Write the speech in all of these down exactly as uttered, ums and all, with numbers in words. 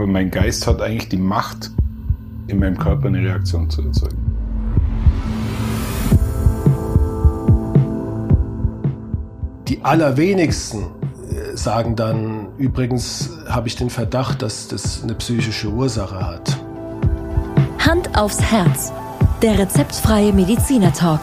mein Geist hat eigentlich die Macht, in meinem Körper eine Reaktion zu erzeugen. Die allerwenigsten sagen dann, übrigens habe ich den Verdacht, dass das eine psychische Ursache hat. Hand aufs Herz. Der rezeptfreie Mediziner-Talk.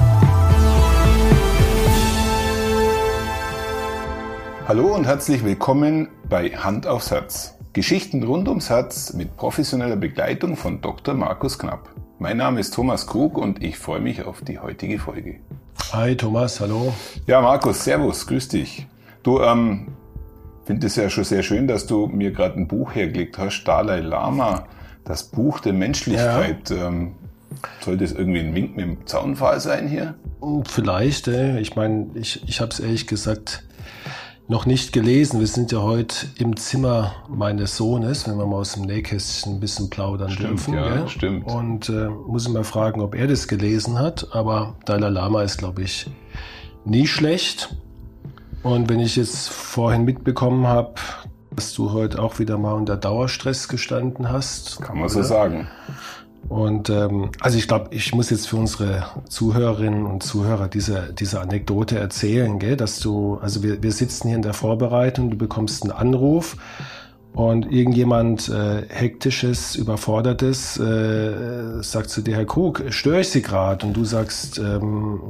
Hallo und herzlich willkommen bei Hand aufs Herz. Geschichten rund ums Herz mit professioneller Begleitung von Doktor Markus Knapp. Mein Name ist Thomas Krug und ich freue mich auf die heutige Folge. Hi Thomas, hallo. Ja Markus, servus, grüß dich. Du, ähm, finde es ja schon sehr schön, dass du mir gerade ein Buch hergelegt hast, Dalai Lama, das Buch der Menschlichkeit. Ja. Ähm, soll das irgendwie ein Wink mit dem Zaunpfahl sein hier? Vielleicht, äh, ich meine, ich, ich habe es ehrlich gesagt noch nicht gelesen. Wir sind ja heute im Zimmer meines Sohnes, wenn wir mal aus dem Nähkästchen ein bisschen plaudern stimmt, dürfen. Ja, gell? Stimmt. Und äh, muss ich mal fragen, ob er das gelesen hat. Aber Dalai Lama ist, glaube ich, nie schlecht. Und wenn ich jetzt vorhin mitbekommen habe, dass du heute auch wieder mal unter Dauerstress gestanden hast. Kann man oder? so sagen. Und ähm, also ich glaube, ich muss jetzt für unsere Zuhörerinnen und Zuhörer diese diese Anekdote erzählen, gell? Dass du, also wir wir sitzen hier in der Vorbereitung, du bekommst einen Anruf und irgendjemand äh, hektisches, überfordertes äh, sagt zu dir, Herr Krug, störe ich Sie gerade? Und du sagst, ähm,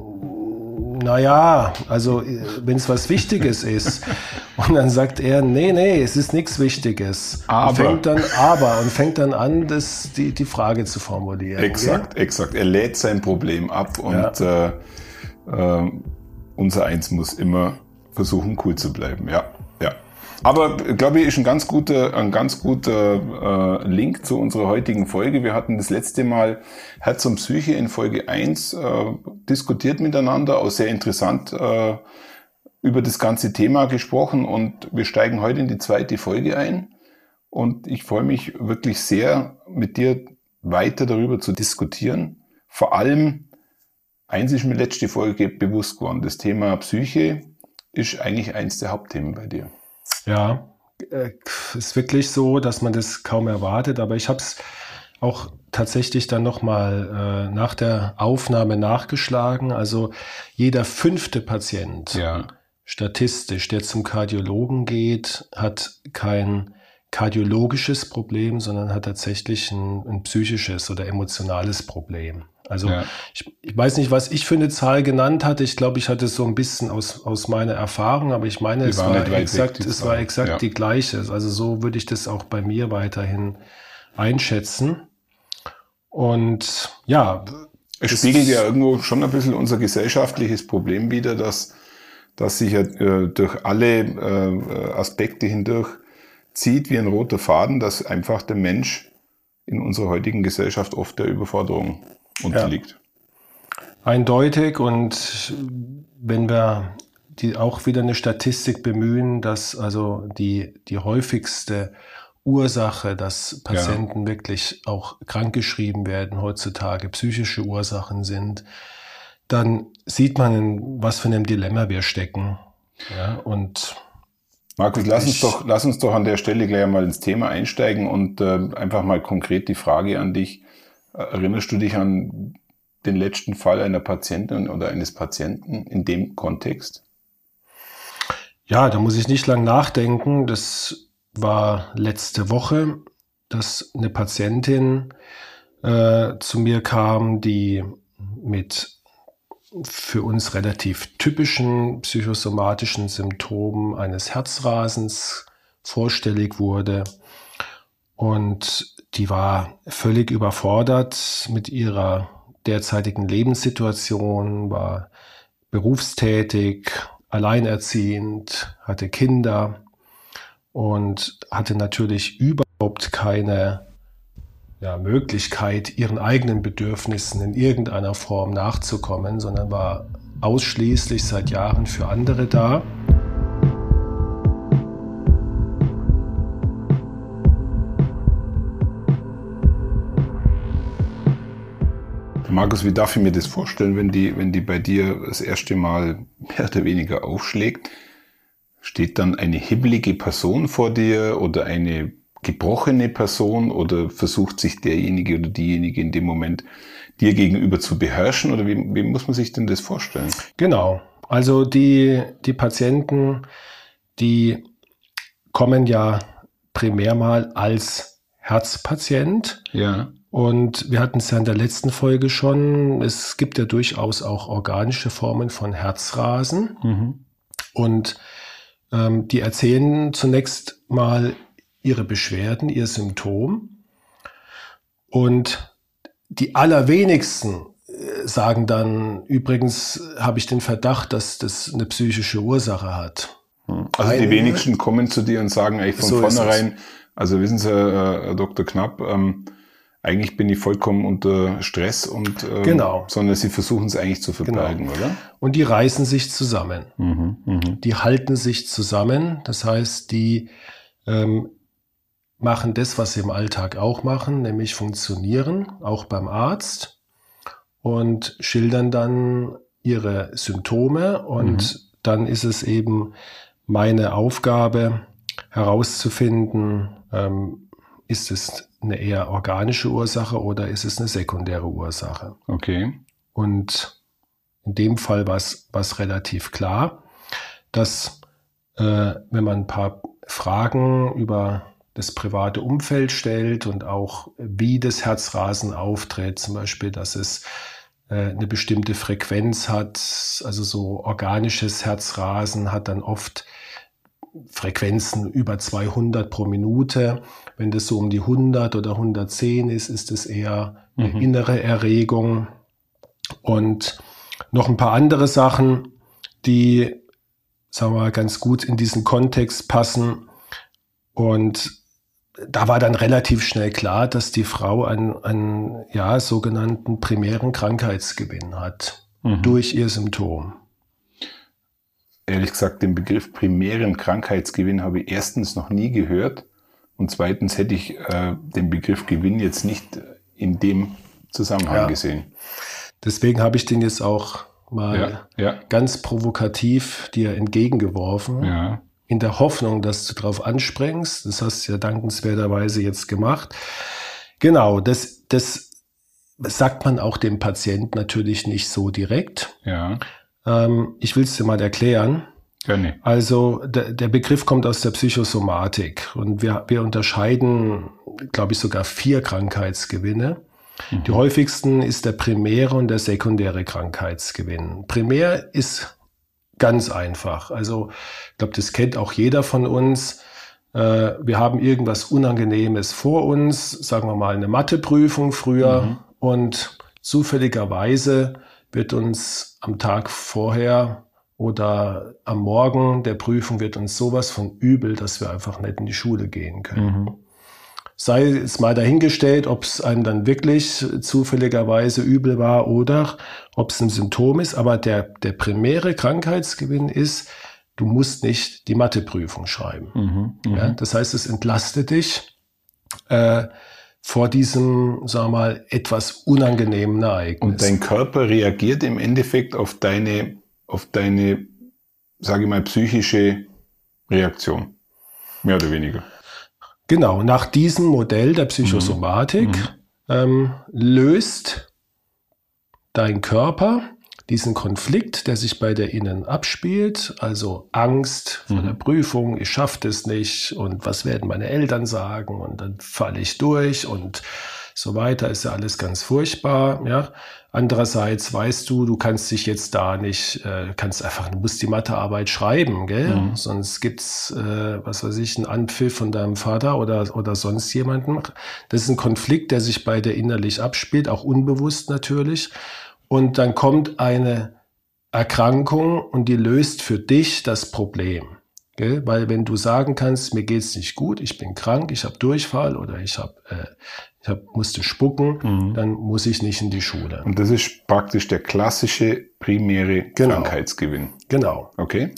naja, also wenn es was Wichtiges ist. Und dann sagt er, nee, nee, es ist nichts Wichtiges. Aber. Und fängt dann, aber und fängt dann an, das, die, die Frage zu formulieren. Exakt, ja? exakt. Er lädt sein Problem ab und ja. äh, äh, unser Eins muss immer versuchen, cool zu bleiben. Ja, ja. Aber glaube ich, ist ein ganz guter, ein ganz guter äh, Link zu unserer heutigen Folge. Wir hatten das letzte Mal Herz und Psyche in Folge eins äh, diskutiert miteinander, auch sehr interessant äh, über das ganze Thema gesprochen und wir steigen heute in die zweite Folge ein und ich freue mich wirklich sehr, mit dir weiter darüber zu diskutieren. Vor allem, eins ist mir letzte Folge bewusst geworden, das Thema Psyche ist eigentlich eins der Hauptthemen bei dir. Ja, äh, ist wirklich so, dass man das kaum erwartet, aber ich habe es auch tatsächlich dann nochmal äh, nach der Aufnahme nachgeschlagen. Also jeder fünfte Patient, ja. statistisch, der zum Kardiologen geht, hat kein kardiologisches Problem, sondern hat tatsächlich ein, ein psychisches oder emotionales Problem. Also ja. ich, ich weiß nicht, was ich für eine Zahl genannt hatte. Ich glaube, ich hatte so ein bisschen aus, aus meiner Erfahrung, aber ich meine, die es war, war exakt, es war exakt ja. die gleiche. Also so würde ich das auch bei mir weiterhin einschätzen. Und ja. Es spiegelt ja irgendwo schon ein bisschen unser gesellschaftliches Problem wider, dass, dass sich ja äh, durch alle äh, Aspekte hindurch zieht wie ein roter Faden, dass einfach der Mensch in unserer heutigen Gesellschaft oft der Überforderung unterliegt. Ja. Eindeutig, und wenn wir die auch wieder eine Statistik bemühen, dass also die, die häufigste Ursache, dass Patienten ja. wirklich auch krankgeschrieben werden heutzutage, psychische Ursachen sind, dann sieht man, in was für einem Dilemma wir stecken. Ja, und Markus, lass uns doch, lass uns doch an der Stelle gleich mal ins Thema einsteigen und äh, einfach mal konkret die Frage an dich. Erinnerst du dich an den letzten Fall einer Patientin oder eines Patienten in dem Kontext? Ja, da muss ich nicht lang nachdenken. Das war letzte Woche, dass eine Patientin äh, zu mir kam, die mit für uns relativ typischen psychosomatischen Symptomen eines Herzrasens vorstellig wurde. Und die war völlig überfordert mit ihrer derzeitigen Lebenssituation, war berufstätig, alleinerziehend, hatte Kinder und hatte natürlich überhaupt keine ja, Möglichkeit, ihren eigenen Bedürfnissen in irgendeiner Form nachzukommen, sondern war ausschließlich seit Jahren für andere da. Markus, wie darf ich mir das vorstellen, wenn die, wenn die bei dir das erste Mal mehr oder weniger aufschlägt? Steht dann eine hibbelige Person vor dir oder eine gebrochene Person oder versucht sich derjenige oder diejenige in dem Moment dir gegenüber zu beherrschen? Oder wie, wie muss man sich denn das vorstellen? Genau. Also die, die Patienten, die kommen ja primär mal als Herzpatient. Ja. Und wir hatten es ja in der letzten Folge schon, es gibt ja durchaus auch organische Formen von Herzrasen. Mhm. Und ähm, die erzählen zunächst mal ihre Beschwerden, ihr Symptom. Und die allerwenigsten äh, sagen dann, übrigens habe ich den Verdacht, dass das eine psychische Ursache hat. Also Eine, die wenigsten kommen zu dir und sagen eigentlich von So ist vornherein, also wissen Sie, Herr Doktor Knapp, ähm, eigentlich bin ich vollkommen unter Stress und ähm, Genau. sondern sie versuchen es eigentlich zu verbergen, Genau. oder? Und die reißen sich zusammen. Mhm, mh. Die halten sich zusammen. Das heißt, die ähm, machen das, was sie im Alltag auch machen, nämlich funktionieren, auch beim Arzt, und schildern dann ihre Symptome. Und Mhm. dann ist es eben meine Aufgabe herauszufinden, ähm, ist es eine eher organische Ursache oder ist es eine sekundäre Ursache? Okay. Und in dem Fall war es relativ klar, dass äh, wenn man ein paar Fragen über das private Umfeld stellt und auch wie das Herzrasen auftritt, zum Beispiel, dass es äh, eine bestimmte Frequenz hat, also so organisches Herzrasen hat dann oft Frequenzen über zweihundert pro Minute. Wenn das so um die hundert oder hundertzehn ist, ist es eher eine Mhm. innere Erregung. Und noch ein paar andere Sachen, die, sagen wir mal, ganz gut in diesen Kontext passen. Und da war dann relativ schnell klar, dass die Frau einen, einen ja, sogenannten primären Krankheitsgewinn hat Mhm. durch ihr Symptom. Ehrlich gesagt, den Begriff primären Krankheitsgewinn habe ich erstens noch nie gehört und zweitens hätte ich äh, den Begriff Gewinn jetzt nicht in dem Zusammenhang Ja. gesehen. Deswegen habe ich den jetzt auch mal Ja, ja, ganz provokativ dir entgegengeworfen, ja. in der Hoffnung, dass du drauf anspringst. Das hast du ja dankenswerterweise jetzt gemacht. Genau, das, das sagt man auch dem Patienten natürlich nicht so direkt. Ja, Ähm, ich will es dir mal erklären. gerne. Also der, der Begriff kommt aus der Psychosomatik und wir, wir unterscheiden, glaube ich, sogar vier Krankheitsgewinne. Mhm. Die häufigsten ist der primäre und der sekundäre Krankheitsgewinn. Primär ist ganz einfach. Also ich glaube, das kennt auch jeder von uns. Äh, wir haben irgendwas Unangenehmes vor uns, sagen wir mal eine Matheprüfung früher, Mhm. und zufälligerweise wird uns am Tag vorher oder am Morgen der Prüfung wird uns sowas von übel, dass wir einfach nicht in die Schule gehen können. Mhm. Sei jetzt mal dahingestellt, ob es einem dann wirklich zufälligerweise übel war oder ob es ein Symptom ist. Aber der, der primäre Krankheitsgewinn ist, du musst nicht die Matheprüfung schreiben. Mhm. Mhm. Ja, das heißt, es entlastet dich äh, vor diesem, sagen wir mal, etwas unangenehmen Ereignis. Und dein Körper reagiert im Endeffekt auf deine, auf deine, sage ich mal, psychische Reaktion. Mehr oder weniger. Genau, nach diesem Modell der Psychosomatik Mhm. ähm, löst dein Körper diesen Konflikt, der sich bei dir innen abspielt, also Angst vor Mhm. der Prüfung, ich schaffe das nicht und was werden meine Eltern sagen und dann falle ich durch und so weiter, ist ja alles ganz furchtbar. Ja. Andererseits weißt du, du kannst dich jetzt da nicht, äh, kannst einfach, du musst die Mathearbeit schreiben, gell? Mhm. Sonst gibt's, äh, was weiß ich, einen Anpfiff von deinem Vater oder, oder sonst jemanden. Das ist ein Konflikt, der sich bei dir innerlich abspielt, auch unbewusst natürlich. Und dann kommt eine Erkrankung und die löst für dich das Problem. Gell? Weil wenn du sagen kannst, mir geht's nicht gut, ich bin krank, ich habe Durchfall oder ich habe äh, ich hab, musste spucken, Mhm. dann muss ich nicht in die Schule. Und das ist praktisch der klassische primäre Genau. Krankheitsgewinn. Genau. Okay?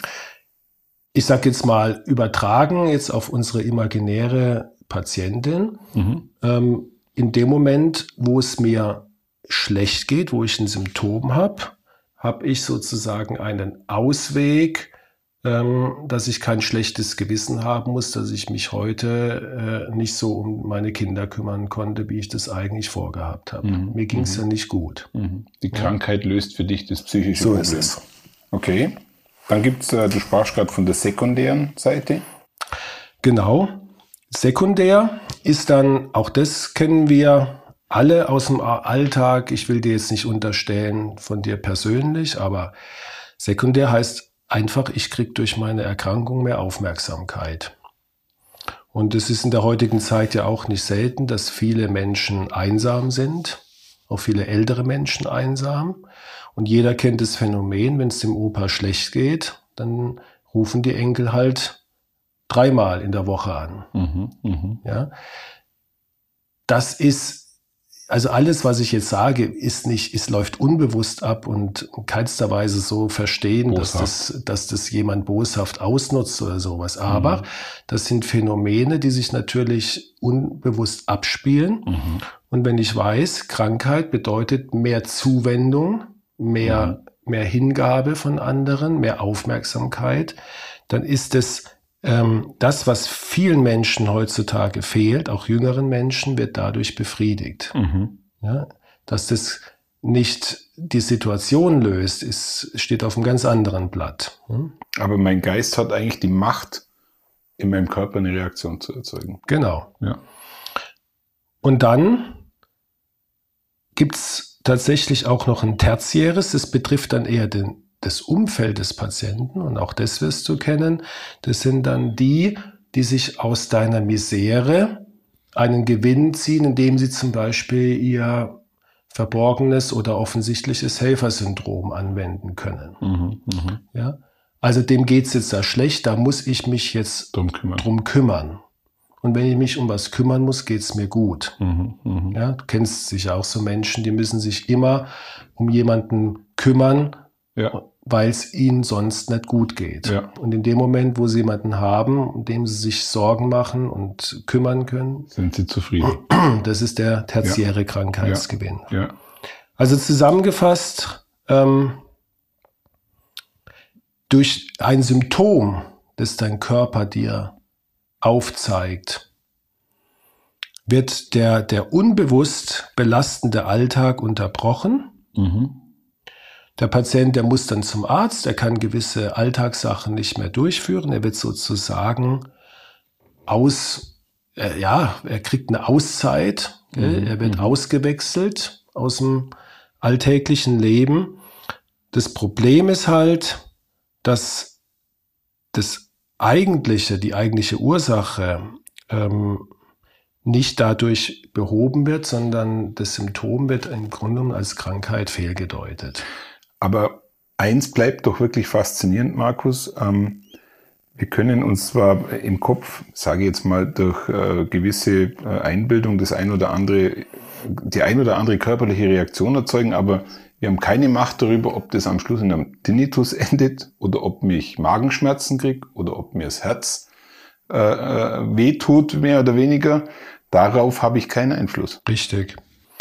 Ich sage jetzt mal übertragen jetzt auf unsere imaginäre Patientin. Mhm. Ähm, in dem Moment, wo es mir schlecht geht, wo ich ein Symptom habe, habe ich sozusagen einen Ausweg, ähm, dass ich kein schlechtes Gewissen haben muss, dass ich mich heute äh, nicht so um meine Kinder kümmern konnte, wie ich das eigentlich vorgehabt habe. Mhm. Mir ging es mhm. ja nicht gut. Mhm. Die ja. Krankheit löst für dich das psychische so Problem. So ist es. Okay. Dann gibt's, äh, du sprachst gerade von der sekundären Seite. Genau. Sekundär ist dann, auch das kennen wir alle aus dem Alltag. Ich will dir jetzt nicht unterstellen von dir persönlich, aber sekundär heißt einfach, ich kriege durch meine Erkrankung mehr Aufmerksamkeit. Und es ist in der heutigen Zeit ja auch nicht selten, dass viele Menschen einsam sind, auch viele ältere Menschen einsam. Und jeder kennt das Phänomen, wenn es dem Opa schlecht geht, dann rufen die Enkel halt dreimal in der Woche an. Mhm, mh. Ja? Das ist, also alles, was ich jetzt sage, ist nicht, es läuft unbewusst ab und in keinster Weise so verstehen, dass das, dass das jemand boshaft ausnutzt oder sowas. Aber mhm. das sind Phänomene, die sich natürlich unbewusst abspielen. Mhm. Und wenn ich weiß, Krankheit bedeutet mehr Zuwendung, mehr, mhm. mehr Hingabe von anderen, mehr Aufmerksamkeit, dann ist es ähm, das, was vielen Menschen heutzutage fehlt, auch jüngeren Menschen, wird dadurch befriedigt. Mhm. Ja, dass das nicht die Situation löst, ist, steht auf einem ganz anderen Blatt. Hm? Aber mein Geist hat eigentlich die Macht, in meinem Körper eine Reaktion zu erzeugen. Genau. Ja. Und dann gibt's tatsächlich auch noch ein tertiäres, das betrifft dann eher den, das Umfeld des Patienten und auch das wirst du kennen. Das sind dann die, die sich aus deiner Misere einen Gewinn ziehen, indem sie zum Beispiel ihr verborgenes oder offensichtliches Helfersyndrom anwenden können. Mhm, mh. Ja? Also dem geht's jetzt da schlecht, da muss ich mich jetzt drum kümmern. drum kümmern. Und wenn ich mich um was kümmern muss, geht's mir gut. Mhm, mh. Ja, du kennst sicher auch so Menschen, die müssen sich immer um jemanden kümmern, ja. weil es ihnen sonst nicht gut geht. Ja. Und in dem Moment, wo sie jemanden haben, um den sie sich Sorgen machen und kümmern können, sind sie zufrieden. Das ist der tertiäre ja. Krankheitsgewinn. Ja. Ja. Also zusammengefasst, ähm, durch ein Symptom, das dein Körper dir aufzeigt, wird der, der unbewusst belastende Alltag unterbrochen. Mhm. Der Patient, der muss dann zum Arzt, er kann gewisse Alltagssachen nicht mehr durchführen, er wird sozusagen aus, äh, ja, er kriegt eine Auszeit, mhm. er wird mhm. ausgewechselt aus dem alltäglichen Leben. Das Problem ist halt, dass das eigentliche, die eigentliche Ursache ähm, nicht dadurch behoben wird, sondern das Symptom wird im Grunde genommen als Krankheit fehlgedeutet. Aber eins bleibt doch wirklich faszinierend, Markus. Ähm, wir können uns zwar im Kopf, sage ich jetzt mal, durch äh, gewisse äh, Einbildung das ein oder andere, die ein oder andere körperliche Reaktion erzeugen, aber wir haben keine Macht darüber, ob das am Schluss in einem Tinnitus endet oder ob mich Magenschmerzen kriege oder ob mir das Herz äh, äh, wehtut, mehr oder weniger. Darauf habe ich keinen Einfluss. Richtig.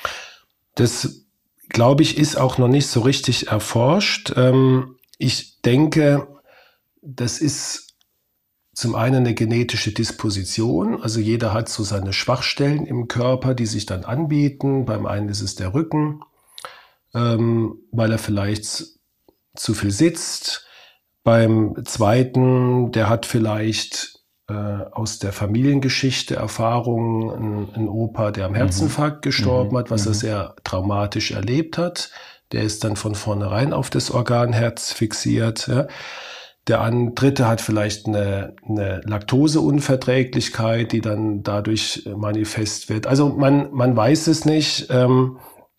Das, glaube ich, ist auch noch nicht so richtig erforscht. Ähm, ich denke, das ist zum einen eine genetische Disposition. Also jeder hat so seine Schwachstellen im Körper, die sich dann anbieten. Beim einen ist es der Rücken, ähm, weil er vielleicht zu viel sitzt. Beim zweiten, der hat vielleicht äh, aus der Familiengeschichte Erfahrungen, ein, ein Opa, der am Herzinfarkt mhm. gestorben mhm. hat, was mhm. er sehr traumatisch erlebt hat. Der ist dann von vornherein auf das Organ Herz fixiert. Ja. Der an, dritte hat vielleicht eine, eine Laktoseunverträglichkeit, die dann dadurch manifest wird. Also man, man weiß es nicht. Ähm,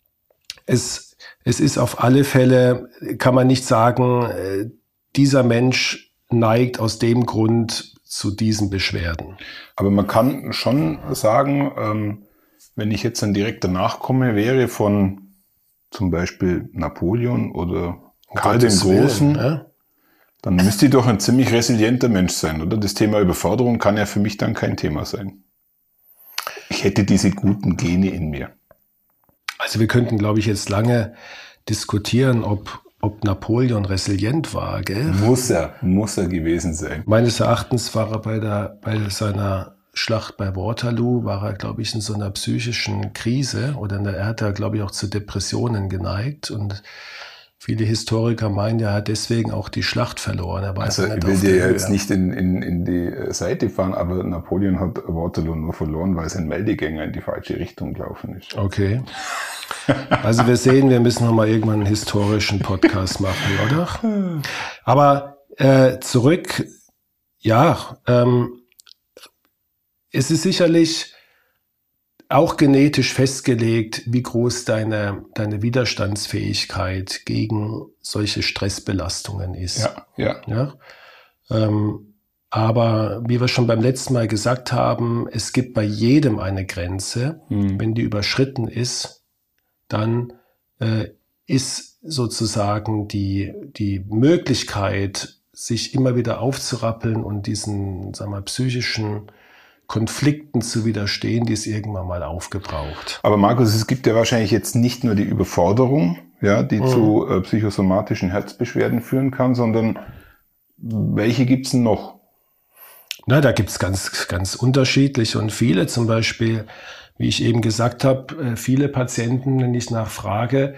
es, es ist auf alle Fälle, kann man nicht sagen, äh, dieser Mensch neigt aus dem Grund zu diesen Beschwerden. Aber man kann schon sagen, ähm, wenn ich jetzt ein direkter Nachkomme wäre von zum Beispiel Napoleon oder Karl dem Großen, ja? Dann müsste ich doch ein ziemlich resilienter Mensch sein, oder? Das Thema Überforderung kann ja für mich dann kein Thema sein. Ich hätte diese guten Gene in mir. Also wir könnten, glaube ich, jetzt lange diskutieren, ob ob Napoleon resilient war, gell? Muss er, muss er gewesen sein. Meines Erachtens war er bei der, bei seiner Schlacht bei Waterloo, war er, glaube ich, in so einer psychischen Krise oder er hat da, glaube ich, auch zu Depressionen geneigt und viele Historiker meinen, er hat deswegen auch die Schlacht verloren. Er war also nicht ich will auf dir der jetzt Höhe. nicht in, in, in die Seite fahren, aber Napoleon hat Waterloo nur verloren, weil sein Meldegänger in die falsche Richtung gelaufen ist. Okay. Also wir sehen, wir müssen noch mal irgendwann einen historischen Podcast machen, oder? Aber äh, zurück, ja, ähm, es ist sicherlich auch genetisch festgelegt, wie groß deine, deine Widerstandsfähigkeit gegen solche Stressbelastungen ist. Ja, ja. Ja? Ähm, aber wie wir schon beim letzten Mal gesagt haben, es gibt bei jedem eine Grenze. Hm. Wenn die überschritten ist, dann äh, ist sozusagen die, die Möglichkeit, sich immer wieder aufzurappeln und diesen, sagen wir, psychischen Konflikten zu widerstehen, die ist irgendwann mal aufgebraucht. Aber Markus, es gibt ja wahrscheinlich jetzt nicht nur die Überforderung, ja, die mhm. zu äh, psychosomatischen Herzbeschwerden führen kann, sondern welche gibt's denn noch? Na, da gibt's ganz, ganz unterschiedliche und viele. Zum Beispiel, wie ich eben gesagt habe, viele Patienten, wenn ich nachfrage,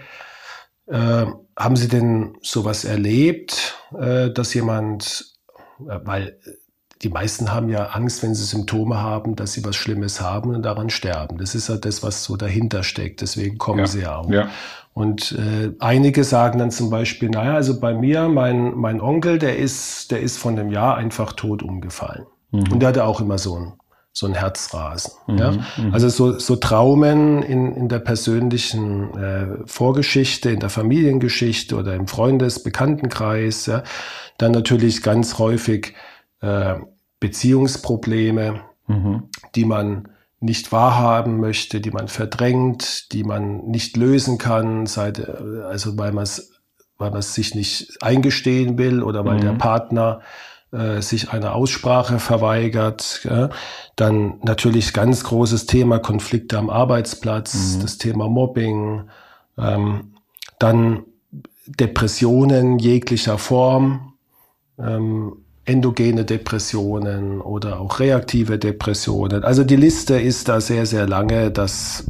äh, haben sie denn sowas erlebt, äh, dass jemand, äh, weil die meisten haben ja Angst, wenn sie Symptome haben, dass sie was Schlimmes haben und daran sterben. Das ist ja das, was so dahinter steckt. Deswegen kommen ja. sie ja auch. Ja. Und äh, einige sagen dann zum Beispiel, naja, also bei mir, mein, mein Onkel, der ist, der ist von einem Jahr einfach tot umgefallen. Mhm. Und der hatte auch immer so ein, so ein Herzrasen. Mhm. Ja? Mhm. Also so, so Traumen in, in der persönlichen äh, Vorgeschichte, in der Familiengeschichte oder im Freundes-, Bekanntenkreis. Ja? Dann natürlich ganz häufig äh, Beziehungsprobleme, mhm. die man nicht wahrhaben möchte, die man verdrängt, die man nicht lösen kann, seit, also weil man es weil man es sich nicht eingestehen will oder weil mhm. der Partner äh, sich einer Aussprache verweigert. Ja. Dann natürlich ganz großes Thema Konflikte am Arbeitsplatz, mhm. das Thema Mobbing, ähm, dann Depressionen jeglicher Form, ähm, endogene Depressionen oder auch reaktive Depressionen. Also die Liste ist da sehr, sehr lange, dass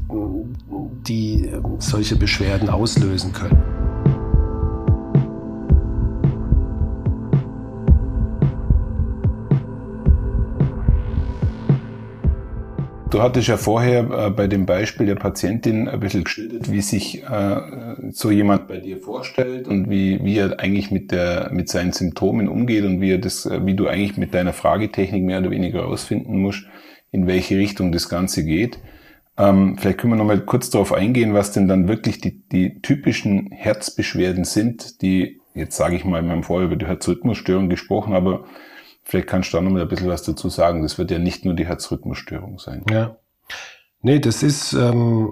die solche Beschwerden auslösen können. Du hattest ja vorher äh, bei dem Beispiel der Patientin ein bisschen geschildert, wie sich äh, so jemand bei dir vorstellt und wie, wie er eigentlich mit der, mit seinen Symptomen umgeht und wie er das, wie du eigentlich mit deiner Fragetechnik mehr oder weniger herausfinden musst, in welche Richtung das Ganze geht. Ähm, vielleicht können wir noch mal kurz darauf eingehen, was denn dann wirklich die, die typischen Herzbeschwerden sind, die, jetzt sage ich mal, wir haben vorher über die Herzrhythmusstörung gesprochen, aber vielleicht kannst du da noch mal ein bisschen was dazu sagen. Das wird ja nicht nur die Herzrhythmusstörung sein. Ja, nee, das ist ähm,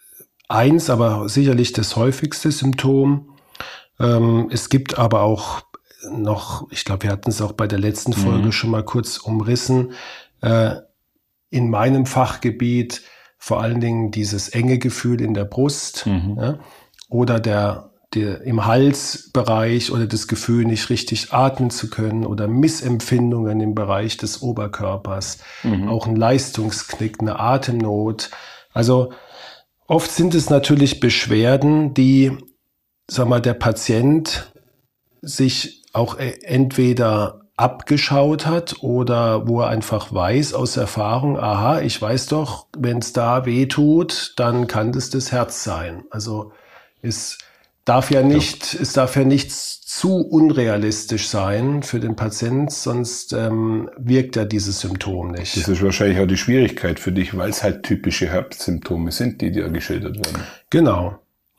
eins, aber sicherlich das häufigste Symptom. Ähm, es gibt aber auch noch, ich glaube, wir hatten es auch bei der letzten Folge mhm. schon mal kurz umrissen, äh, in meinem Fachgebiet vor allen Dingen dieses enge Gefühl in der Brust mhm. ja, oder der Der, im Halsbereich oder das Gefühl, nicht richtig atmen zu können oder Missempfindungen im Bereich des Oberkörpers, mhm. auch ein Leistungsknick, eine Atemnot. Also oft sind es natürlich Beschwerden, die, sag mal, der Patient sich auch entweder abgeschaut hat oder wo er einfach weiß aus Erfahrung, aha, ich weiß doch, wenn es da weh tut, dann kann das das Herz sein. Also ist Darf ja nicht, ja. Es darf ja nichts zu unrealistisch sein für den Patient, sonst ähm, wirkt ja dieses Symptom nicht. Das ist wahrscheinlich auch die Schwierigkeit für dich, weil es halt typische Herzsymptome sind, die dir geschildert werden. Genau.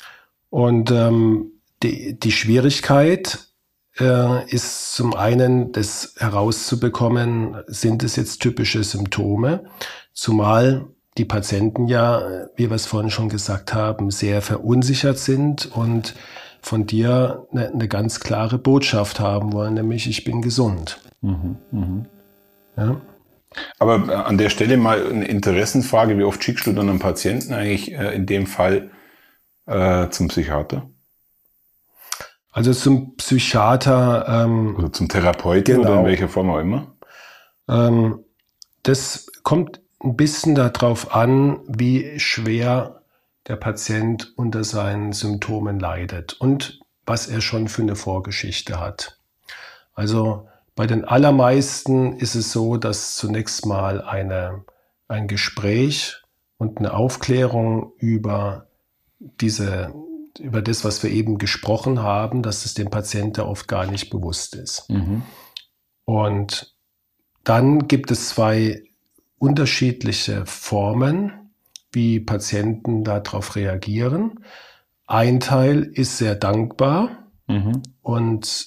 Und ähm, die, die Schwierigkeit äh, ist zum einen, das herauszubekommen, sind es jetzt typische Symptome, zumal die Patienten ja, wie wir es vorhin schon gesagt haben, sehr verunsichert sind und von dir eine, eine ganz klare Botschaft haben wollen, nämlich ich bin gesund. Mhm, mh. Ja. Aber an der Stelle mal eine Interessensfrage, wie oft schickst du dann einen Patienten eigentlich äh, in dem Fall äh, zum Psychiater? Also zum Psychiater. Ähm, oder zum Therapeuten genau. oder in welcher Form auch immer? Ähm, das kommt ein bisschen darauf an, wie schwer der Patient unter seinen Symptomen leidet und was er schon für eine Vorgeschichte hat. Also bei den allermeisten ist es so, dass zunächst mal eine, ein Gespräch und eine Aufklärung über diese, über das, was wir eben gesprochen haben, dass es dem Patienten oft gar nicht bewusst ist. Mhm. Und dann gibt es zwei unterschiedliche Formen, wie Patienten darauf reagieren. Ein Teil ist sehr dankbar Mhm. und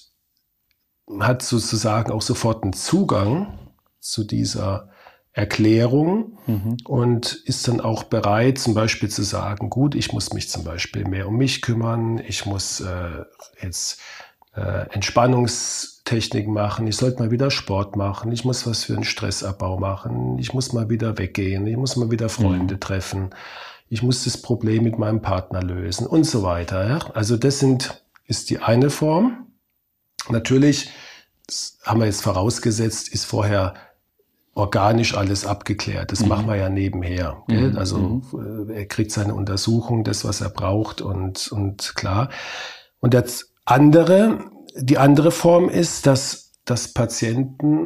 hat sozusagen auch sofort einen Zugang zu dieser Erklärung mhm. und ist dann auch bereit, zum Beispiel zu sagen, gut, ich muss mich zum Beispiel mehr um mich kümmern, ich muss äh, jetzt äh, Entspannungstechniken machen, ich sollte mal wieder Sport machen, ich muss was für einen Stressabbau machen, ich muss mal wieder weggehen, ich muss mal wieder Freunde mhm. treffen, ich muss das Problem mit meinem Partner lösen und so weiter. Ja? Also das sind, ist die eine Form. Natürlich, das haben wir jetzt vorausgesetzt, ist vorher organisch alles abgeklärt. Das mhm. machen wir ja nebenher. Mhm. Gell? Also mhm. er kriegt seine Untersuchung, das, was er braucht und, und klar. Und das andere, die andere Form ist, dass, dass Patienten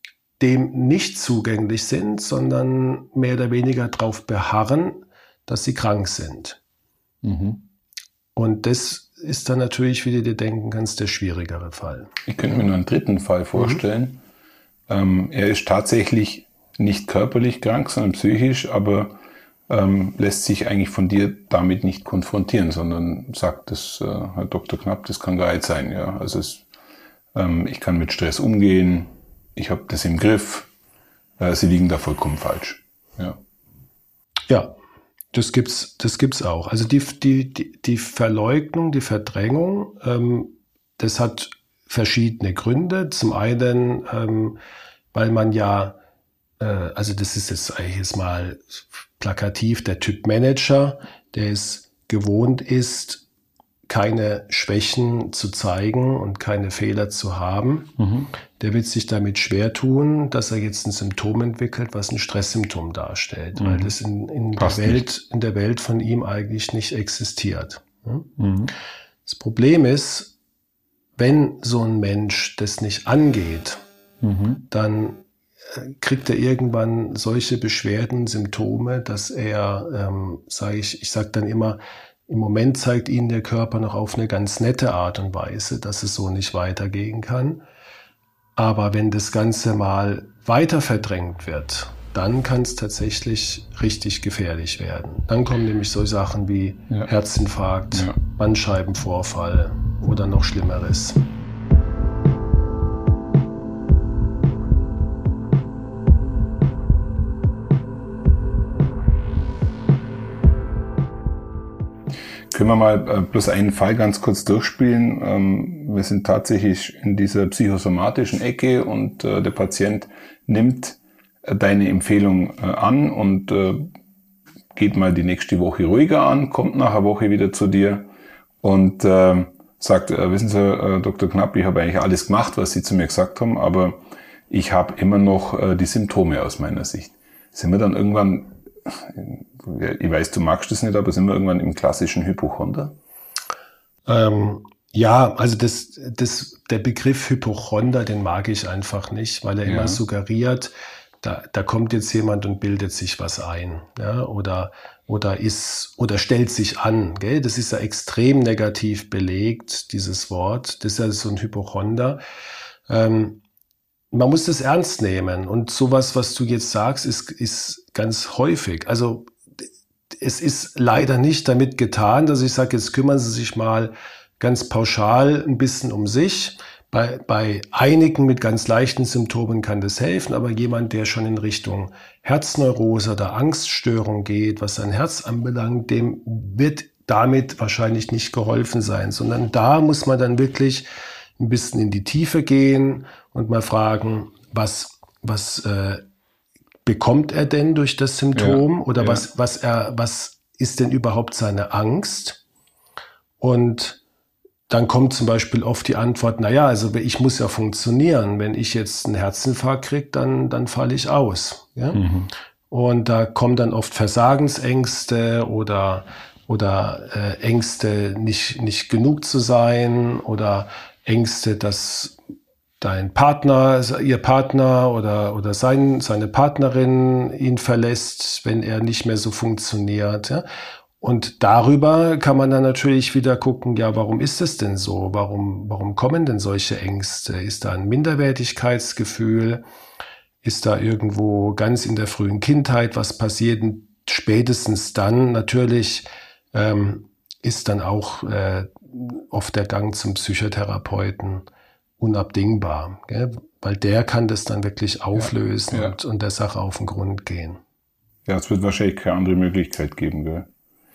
dem nicht zugänglich sind, sondern mehr oder weniger darauf beharren, dass sie krank sind. Mhm. Und das ist dann natürlich, wie du dir denken kannst, der schwierigere Fall. Ich könnte mir nur einen dritten Fall vorstellen. Mhm. Ähm, er ist tatsächlich nicht körperlich krank, sondern psychisch, aber ähm, lässt sich eigentlich von dir damit nicht konfrontieren, sondern sagt, das, äh, Herr Doktor Knapp, das kann gar nicht sein. Ja? Also es, ähm, ich kann mit Stress umgehen, ich habe das im Griff, äh, Sie liegen da vollkommen falsch. Ja. Ja. Das gibt's, das gibt's auch. Also die, die, die, die Verleugnung, die Verdrängung, ähm, das hat verschiedene Gründe. Zum einen, ähm, weil man ja, äh, also das ist jetzt eigentlich jetzt mal plakativ, der Typ Manager, der es gewohnt ist, keine Schwächen zu zeigen und keine Fehler zu haben, mhm. der wird sich damit schwer tun, dass er jetzt ein Symptom entwickelt, was ein Stresssymptom darstellt, mhm. weil das in, in, der Welt, in der Welt von ihm eigentlich nicht existiert. Mhm. Das Problem ist, wenn so ein Mensch das nicht angeht, mhm. dann kriegt er irgendwann solche Beschwerden, Symptome, dass er, ähm, sage ich, ich sage dann immer, im Moment zeigt Ihnen der Körper noch auf eine ganz nette Art und Weise, dass es so nicht weitergehen kann. Aber wenn das Ganze mal weiter verdrängt wird, dann kann es tatsächlich richtig gefährlich werden. Dann kommen nämlich so Sachen wie ja. Herzinfarkt, ja. Bandscheibenvorfall oder noch Schlimmeres. Können wir mal äh, bloß einen Fall ganz kurz durchspielen? Ähm, wir sind tatsächlich in dieser psychosomatischen Ecke und äh, der Patient nimmt äh, deine Empfehlung äh, an und äh, geht mal die nächste Woche ruhiger an, kommt nach einer Woche wieder zu dir und äh, sagt, äh, wissen Sie, äh, Doktor Knapp, ich habe eigentlich alles gemacht, was Sie zu mir gesagt haben, aber ich habe immer noch äh, die Symptome aus meiner Sicht. Sind wir dann irgendwann... Ich weiß, du magst das nicht, aber sind wir irgendwann im klassischen Hypochonder? Ähm, ja, also das, das, der Begriff Hypochonder, den mag ich einfach nicht, weil er ja. immer suggeriert, da, da kommt jetzt jemand und bildet sich was ein, ja, oder, oder ist, oder stellt sich an, gell? Das ist ja extrem negativ belegt, dieses Wort. Das ist ja so ein Hypochonder. Ähm, man muss das ernst nehmen und sowas, was du jetzt sagst, ist, ist ganz häufig. Also es ist leider nicht damit getan, dass ich sage, jetzt kümmern Sie sich mal ganz pauschal ein bisschen um sich. Bei, bei einigen mit ganz leichten Symptomen kann das helfen, aber jemand, der schon in Richtung Herzneurose oder Angststörung geht, was sein Herz anbelangt, dem wird damit wahrscheinlich nicht geholfen sein, sondern da muss man dann wirklich ein bisschen in die Tiefe gehen und mal fragen, was, was äh, bekommt er denn durch das Symptom ja, oder ja. was, was er, was ist denn überhaupt seine Angst? Und dann kommt zum Beispiel oft die Antwort, naja, also ich muss ja funktionieren. Wenn ich jetzt einen Herzinfarkt kriege, dann, dann falle ich aus. Ja? Mhm. Und da kommen dann oft Versagensängste oder, oder äh, Ängste, nicht, nicht genug zu sein oder Ängste, dass dein Partner, ihr Partner oder, oder sein, seine Partnerin ihn verlässt, wenn er nicht mehr so funktioniert. Ja? Und darüber kann man dann natürlich wieder gucken, ja, warum ist es denn so? Warum, warum kommen denn solche Ängste? Ist da ein Minderwertigkeitsgefühl? Ist da irgendwo ganz in der frühen Kindheit was passiert? Und spätestens dann natürlich ähm, ist dann auch äh, oft der Gang zum Psychotherapeuten unabdingbar, gell? Weil der kann das dann wirklich auflösen ja, ja. Und, und der Sache auf den Grund gehen. Ja, es wird wahrscheinlich keine andere Möglichkeit geben, gell?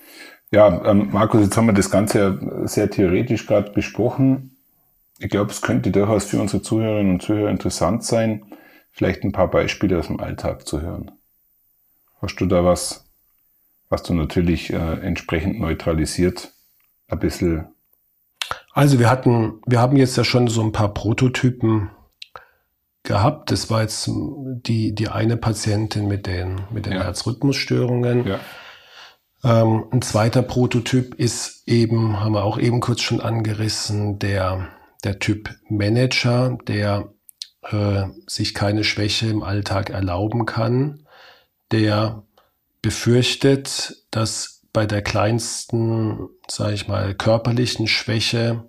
Ja, ähm, Markus, jetzt haben wir das Ganze ja sehr theoretisch gerade besprochen. Ich glaube, es könnte durchaus für unsere Zuhörerinnen und Zuhörer interessant sein, vielleicht ein paar Beispiele aus dem Alltag zu hören. Hast du da was, was du natürlich äh, entsprechend neutralisiert ein bisschen? Also wir hatten, wir haben jetzt ja schon so ein paar Prototypen gehabt. Das war jetzt die, die eine Patientin mit den, mit den ja. Herzrhythmusstörungen. Ja. Ähm, ein zweiter Prototyp ist eben, haben wir auch eben kurz schon angerissen, der, der Typ Manager, der äh, sich keine Schwäche im Alltag erlauben kann, der befürchtet, dass bei der kleinsten, sage ich mal, körperlichen Schwäche,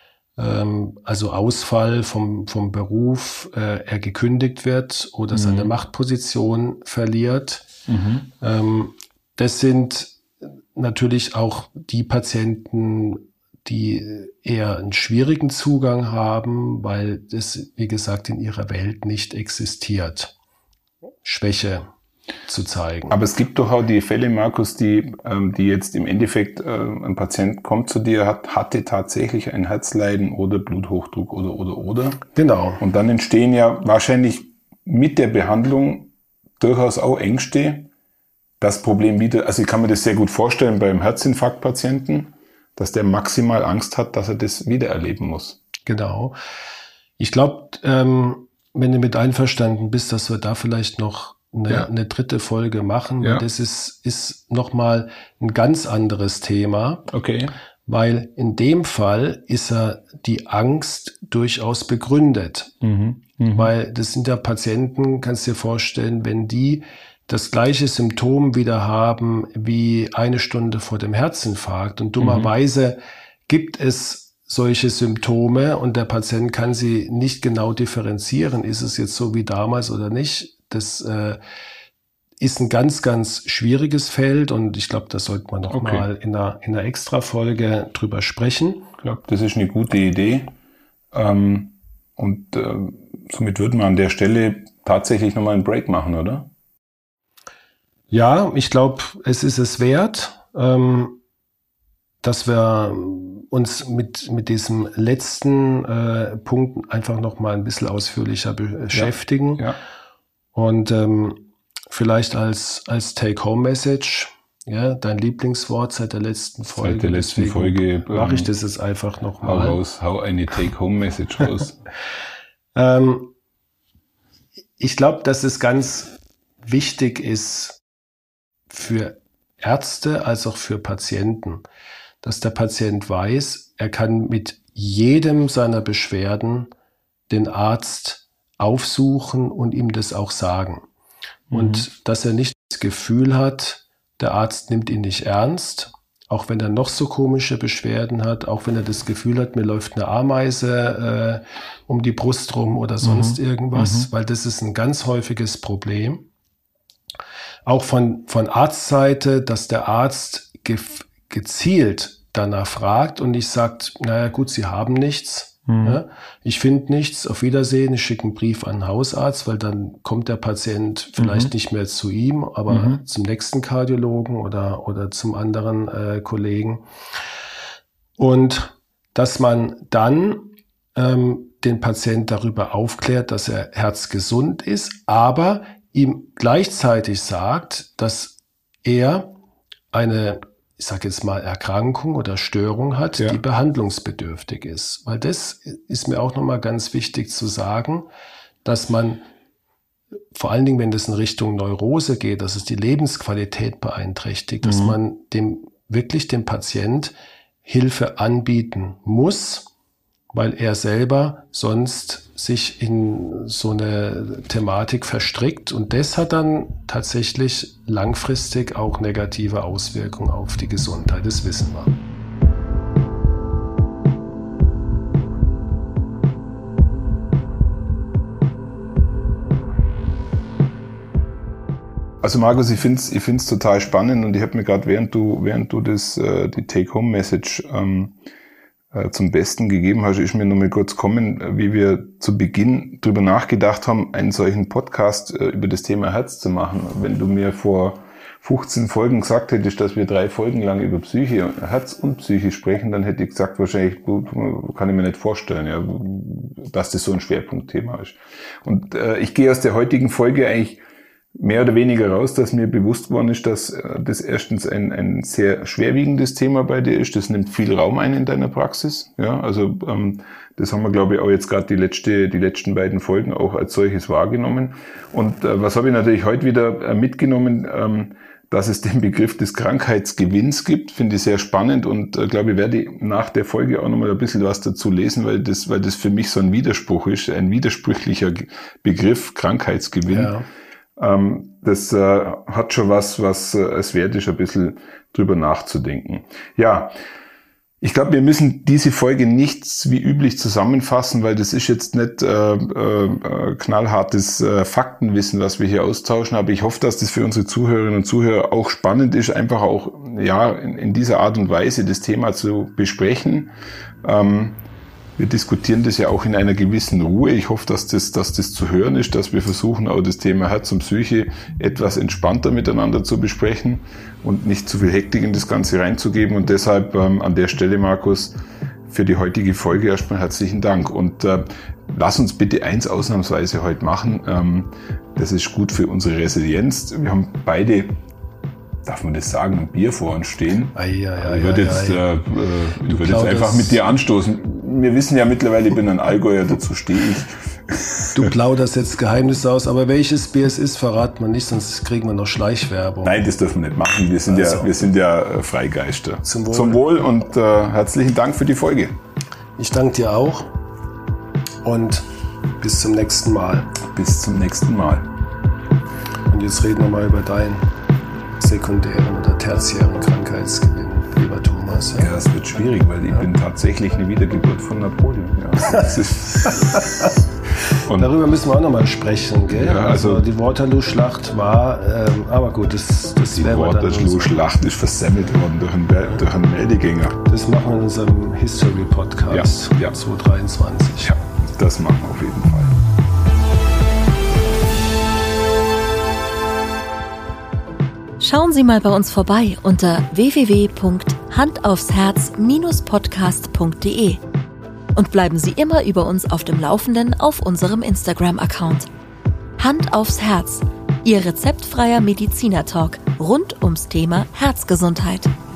ähm, also Ausfall vom, vom Beruf, äh, er gekündigt wird oder mhm. seine Machtposition verliert. Mhm. Ähm, das sind natürlich auch die Patienten, die eher einen schwierigen Zugang haben, weil das, wie gesagt, in ihrer Welt nicht existiert, Schwäche zu zeigen. Aber es gibt doch auch die Fälle, Markus, die, ähm, die jetzt im Endeffekt, äh, ein Patient kommt zu dir, hat, hatte tatsächlich ein Herzleiden oder Bluthochdruck oder, oder, oder. Genau. Und dann entstehen ja wahrscheinlich mit der Behandlung durchaus auch Ängste, das Problem wieder, also ich kann mir das sehr gut vorstellen beim Herzinfarktpatienten, dass der maximal Angst hat, dass er das wieder erleben muss. Genau. Ich glaube, ähm, wenn du mit einverstanden bist, dass wir da vielleicht noch eine, ja. eine dritte Folge machen, ja. weil das ist, ist nochmal ein ganz anderes Thema. Okay. Weil in dem Fall ist ja die Angst durchaus begründet. Mhm. Mhm. Weil das sind ja Patienten, kannst du dir vorstellen, wenn die das gleiche Symptom wieder haben wie eine Stunde vor dem Herzinfarkt und dummerweise mhm. gibt es solche Symptome und der Patient kann sie nicht genau differenzieren, ist es jetzt so wie damals oder nicht. Das äh, ist ein ganz, ganz schwieriges Feld und ich glaube, da sollte man noch okay. mal in einer, in einer Extra-Folge drüber sprechen. Ich glaube, das ist eine gute Idee. Ähm, und äh, somit würden wir an der Stelle tatsächlich nochmal einen Break machen, oder? Ja, ich glaube, es ist es wert, ähm, dass wir uns mit, mit diesem letzten äh, Punkt einfach nochmal ein bisschen ausführlicher beschäftigen. Ja, ja. Und ähm, vielleicht als, als Take-Home-Message, ja, dein Lieblingswort seit der letzten Folge. Seit der letzten Folge mache ich das jetzt einfach nochmal. Hau raus, hau eine Take-Home-Message raus. ähm, ich glaube, dass es ganz wichtig ist für Ärzte als auch für Patienten, dass der Patient weiß, er kann mit jedem seiner Beschwerden den Arzt aufsuchen und ihm das auch sagen. Mhm. Und dass er nicht das Gefühl hat, der Arzt nimmt ihn nicht ernst, auch wenn er noch so komische Beschwerden hat, auch wenn er das Gefühl hat, mir läuft eine Ameise äh, um die Brust rum oder sonst mhm. irgendwas, mhm. weil das ist ein ganz häufiges Problem. Auch von, von Arztseite, dass der Arzt ge- gezielt danach fragt und nicht sagt, naja gut, Sie haben nichts, mhm. ja, ich finde nichts, auf Wiedersehen, ich schicke einen Brief an den Hausarzt, weil dann kommt der Patient vielleicht mhm. nicht mehr zu ihm, aber mhm. zum nächsten Kardiologen oder, oder zum anderen äh, Kollegen. Und dass man dann ähm, den Patient darüber aufklärt, dass er herzgesund ist, aber ihm gleichzeitig sagt, dass er eine ich sage jetzt mal, Erkrankung oder Störung hat, ja. die behandlungsbedürftig ist. Weil das ist mir auch nochmal ganz wichtig zu sagen, dass man vor allen Dingen, wenn das in Richtung Neurose geht, dass es die Lebensqualität beeinträchtigt, mhm. dass man dem wirklich dem Patient Hilfe anbieten muss, weil er selber sonst sich in so eine Thematik verstrickt. Und das hat dann tatsächlich langfristig auch negative Auswirkungen auf die Gesundheit. Das wissen wir. Also Markus, ich finde es ich find's total spannend und ich habe mir gerade, während du während du das äh, die Take-Home-Message ähm, äh, zum Besten gegeben hast, ist mir nur mal kurz kommen, wie wir zu Beginn drüber nachgedacht haben, einen solchen Podcast äh, über das Thema Herz zu machen. Wenn du mir vor fünfzehn Folgen gesagt hättest, dass wir drei Folgen lang über Psyche, Herz und Psyche sprechen, dann hätte ich gesagt, wahrscheinlich gut, kann ich mir nicht vorstellen, ja, dass das so ein Schwerpunktthema ist. Und äh, ich gehe aus der heutigen Folge eigentlich mehr oder weniger raus, dass mir bewusst geworden ist, dass das erstens ein, ein sehr schwerwiegendes Thema bei dir ist. Das nimmt viel Raum ein in deiner Praxis. Ja, also ähm, das haben wir, glaube ich, auch jetzt gerade die letzte, die letzten beiden Folgen auch als solches wahrgenommen. Und äh, was habe ich natürlich heute wieder äh, mitgenommen, ähm, dass es den Begriff des Krankheitsgewinns gibt, finde ich sehr spannend und äh, glaube ich, werde nach der Folge auch nochmal ein bisschen was dazu lesen, weil das, weil das für mich so ein Widerspruch ist, ein widersprüchlicher Begriff, Krankheitsgewinn. Ja. Das äh, hat schon was, was äh, es wert ist, ein bisschen drüber nachzudenken. Ja, ich glaube, wir müssen diese Folge nicht wie üblich zusammenfassen, weil das ist jetzt nicht äh, äh, knallhartes äh, Faktenwissen, was wir hier austauschen. Aber ich hoffe, dass das für unsere Zuhörerinnen und Zuhörer auch spannend ist, einfach auch ja in, in dieser Art und Weise das Thema zu besprechen. Ähm, Wir diskutieren das ja auch in einer gewissen Ruhe. Ich hoffe, dass das, dass das zu hören ist, dass wir versuchen, auch das Thema Herz und Psyche etwas entspannter miteinander zu besprechen und nicht zu viel Hektik in das Ganze reinzugeben. Und deshalb ähm, an der Stelle, Markus, für die heutige Folge erstmal herzlichen Dank. Und äh, lass uns bitte eins ausnahmsweise heute machen. Ähm, das ist gut für unsere Resilienz. Wir haben beide, darf man das sagen, ein Bier vor uns stehen. Ei, ei, ei, ich würde jetzt, äh, äh, ich würde jetzt einfach mit dir anstoßen. Wir wissen ja mittlerweile, ich bin ein Allgäuer, dazu stehe ich. Du plauderst jetzt Geheimnisse aus, aber welches Bier es ist, verraten wir nicht, sonst kriegen wir noch Schleichwerbung. Nein, das dürfen wir nicht machen. Wir sind also, ja, wir sind ja Freigeister. Zum Wohl. Zum Wohl und äh, herzlichen Dank für die Folge. Ich danke dir auch und bis zum nächsten Mal. Bis zum nächsten Mal. Und jetzt reden wir mal über deinen sekundären oder tertiären Krankheitsgewinn, lieber Thomas. Ja, das wird schwierig, weil ich ja. bin tatsächlich eine Wiedergeburt von Napoleon. Ja, das ist und darüber müssen wir auch nochmal sprechen, gell? Ja, also, also die Waterloo-Schlacht war, ähm, aber gut, das, das die Waterloo-Schlacht ist versemmelt worden durch einen, durch einen Meldegänger. Das machen wir in unserem History-Podcast ja, ja. zwanzig dreiundzwanzig. Ja, das machen wir auf jeden Fall. Schauen Sie mal bei uns vorbei unter w w w punkt hand aufs herz Bindestrich podcast punkt d e und bleiben Sie immer über uns auf dem Laufenden auf unserem Instagram-Account. Hand aufs Herz, Ihr rezeptfreier Mediziner-Talk rund ums Thema Herzgesundheit.